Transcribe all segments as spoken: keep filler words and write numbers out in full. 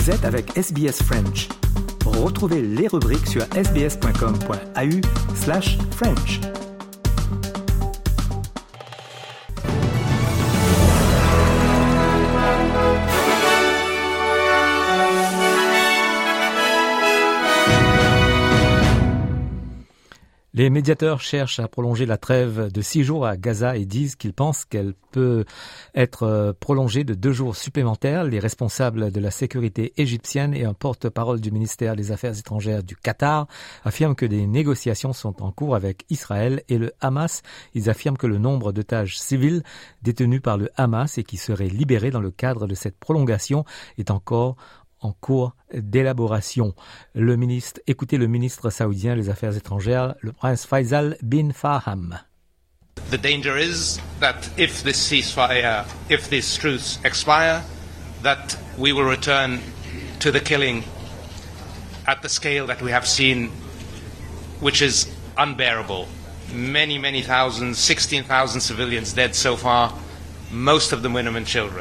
Vous êtes avec S B S French. Retrouvez les rubriques sur sbs.com.au slash French. Les médiateurs cherchent à prolonger la trêve de six jours à Gaza et disent qu'ils pensent qu'elle peut être prolongée de deux jours supplémentaires. Les responsables de la sécurité égyptienne et un porte-parole du ministère des Affaires étrangères du Qatar affirment que des négociations sont en cours avec Israël et le Hamas. Ils affirment que le nombre d'otages civils détenus par le Hamas et qui seraient libérés dans le cadre de cette prolongation est encore en cours d'élaboration. Le ministre, écoutez le ministre saoudien des Affaires étrangères, le prince Faisal bin Faham. The danger is that if this ceasefire, if these truces expire, that we will return to the killing at the scale that we have seen, which is unbearable. Many, many thousands, sixteen thousand civilians dead so far, most of them women and children.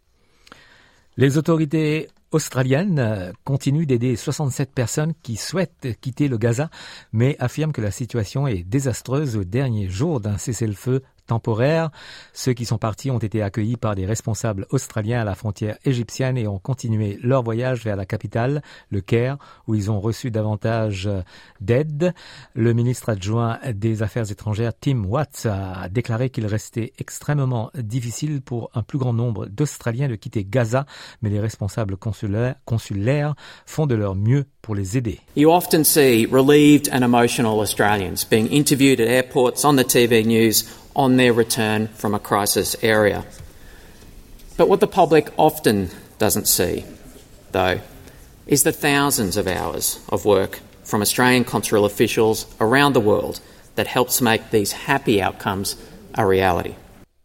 Les autorités australienne continue d'aider soixante-sept personnes qui souhaitent quitter le Gaza, mais affirme que la situation est désastreuse au dernier jour d'un cessez-le-feu temporaire. Ceux qui sont partis ont été accueillis par des responsables australiens à la frontière égyptienne et ont continué leur voyage vers la capitale, le Caire, où ils ont reçu davantage d'aide. Le ministre adjoint des Affaires étrangères, Tim Watts, a déclaré qu'il restait extrêmement difficile pour un plus grand nombre d'Australiens de quitter Gaza, mais les responsables consulaires, consulaires font de leur mieux pour les aider. You often see relieved and emotional Australians being interviewed at airports, on the T V news, on their return from a crisis area. But what the public often doesn't see, though, is the thousands of hours of work from Australian consular officials around the world that helps make these happy outcomes a reality.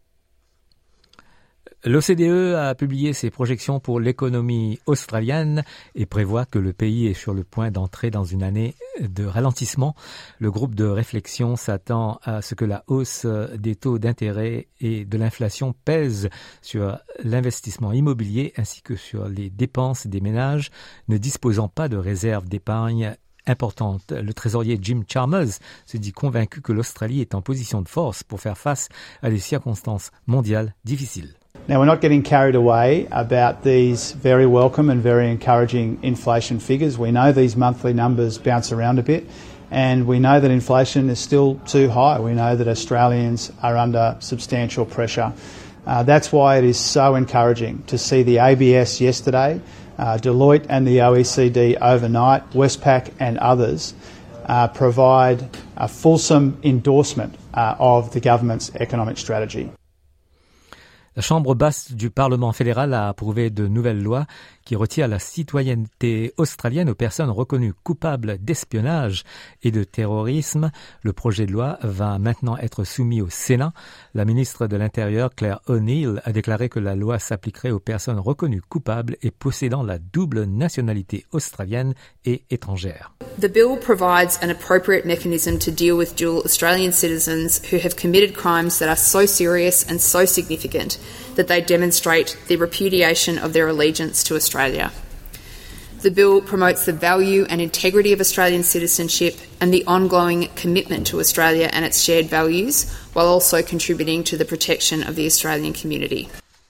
L'O C D E a publié ses projections pour l'économie australienne et prévoit que le pays est sur le point d'entrer dans une année de ralentissement. Le groupe de réflexion s'attend à ce que la hausse des taux d'intérêt et de l'inflation pèse sur l'investissement immobilier ainsi que sur les dépenses des ménages ne disposant pas de réserves d'épargne importante. Le trésorier Jim Chalmers se dit convaincu que l'Australie est en position de force pour faire face à des circonstances mondiales difficiles. Now, we're not getting carried away about these very welcome and very encouraging inflation figures. We know these monthly numbers bounce around a bit, and we know that inflation is still too high. We know that Australians are under substantial pressure. Uh, that's why it is so encouraging to see the A B S yesterday, uh, Deloitte and the O E C D overnight, Westpac and others uh, provide a fulsome endorsement uh, of the government's economic strategy. La Chambre basse du Parlement fédéral a approuvé de nouvelles lois qui retirent la citoyenneté australienne aux personnes reconnues coupables d'espionnage et de terrorisme. Le projet de loi va maintenant être soumis au Sénat. La ministre de l'Intérieur, Claire O'Neill, a déclaré que la loi s'appliquerait aux personnes reconnues coupables et possédant la double nationalité australienne et étrangère. The bill provides an appropriate mechanism to deal with dual Australian citizens who have committed crimes that are so serious and so significant that they demonstrate the repudiation of their allegiance to Australia. The bill promotes the value and integrity of Australian citizenship and the ongoing commitment to Australia and its shared values, while also contributing to the protection of the Australian community.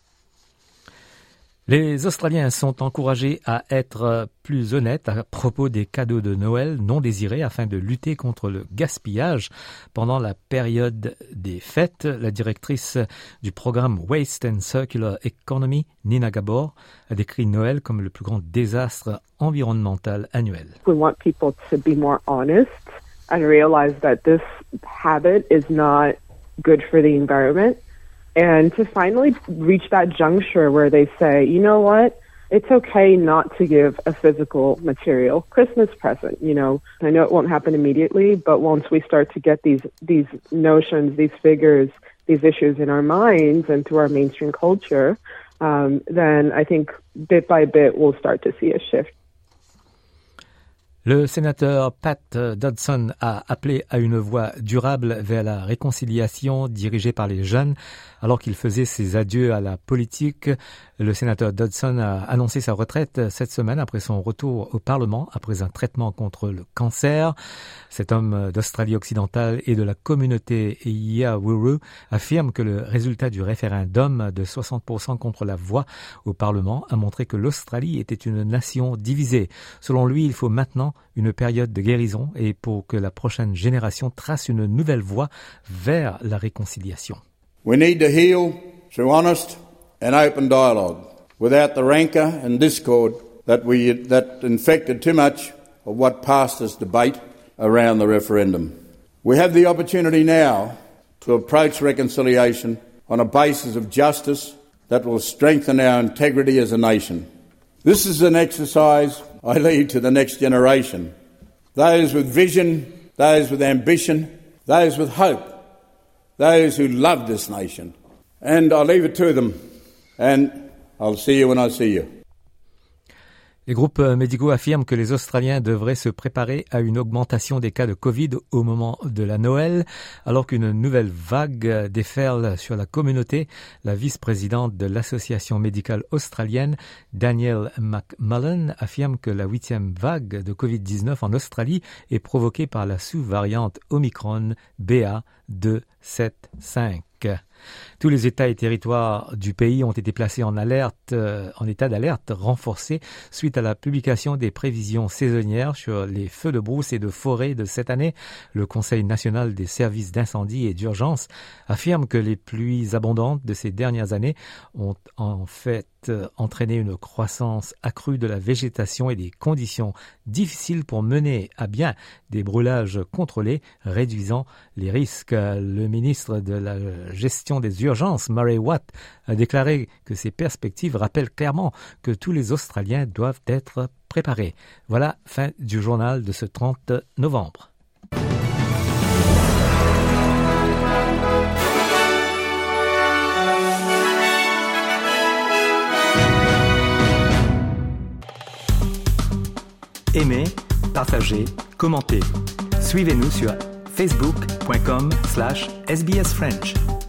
Les Australiens sont encouragés à être plus honnêtes à propos des cadeaux de Noël non désirés afin de lutter contre le gaspillage pendant la période des fêtes. La directrice du programme Waste and Circular Economy, Nina Gabor, a décrit Noël comme le plus grand désastre environnemental annuel. We want people to be more honest and realize that this habit is not good for the environment. And to finally reach that juncture where they say, you know what, it's okay not to give a physical material Christmas present. You know, I know it won't happen immediately, but once we start to get these these notions, these figures, these issues in our minds and through our mainstream culture, um, then I think bit by bit we'll start to see a shift. Le sénateur Pat Dodson a appelé à une voie durable vers la réconciliation dirigée par les jeunes. Alors qu'il faisait ses adieux à la politique, le sénateur Dodson a annoncé sa retraite cette semaine après son retour au Parlement après un traitement contre le cancer. Cet homme d'Australie-Occidentale et de la communauté Yawuru affirme que le résultat du référendum de soixante pour cent contre la voix au Parlement a montré que l'Australie était une nation divisée. Selon lui, il faut maintenant une période de guérison et pour que la prochaine génération trace une nouvelle voie vers la réconciliation. We need to heal through honest and open dialogue, without the rancour and discord that we that infected too much of what passed as debate around the referendum. We have the opportunity now to approach reconciliation on a basis of justice that will strengthen our integrity as a nation. This is an exercise I leave to the next generation, those with vision, those with ambition, those with hope, those who love this nation. And I'll leave it to them, and I'll see you when I see you. Les groupes médicaux affirment que les Australiens devraient se préparer à une augmentation des cas de Covid au moment de la Noël, alors qu'une nouvelle vague déferle sur la communauté. La vice-présidente de l'Association médicale australienne, Danielle McMullen, affirme que la huitième vague de covid dix-neuf en Australie est provoquée par la sous-variante Omicron B A deux sept cinq. Tous les États et territoires du pays ont été placés en alerte, euh, en état d'alerte renforcé suite à la publication des prévisions saisonnières sur les feux de brousse et de forêt de cette année. Le Conseil national des services d'incendie et d'urgence affirme que les pluies abondantes de ces dernières années ont en fait euh, entraîné une croissance accrue de la végétation et des conditions difficiles pour mener à bien des brûlages contrôlés, réduisant les risques. Le ministre de la gestion des urgences, Murray Watt, a déclaré que ces perspectives rappellent clairement que tous les Australiens doivent être préparés. Voilà, fin du journal de ce trente novembre. Aimez, partagez, commentez. Suivez-nous sur facebook point com slash S B S French.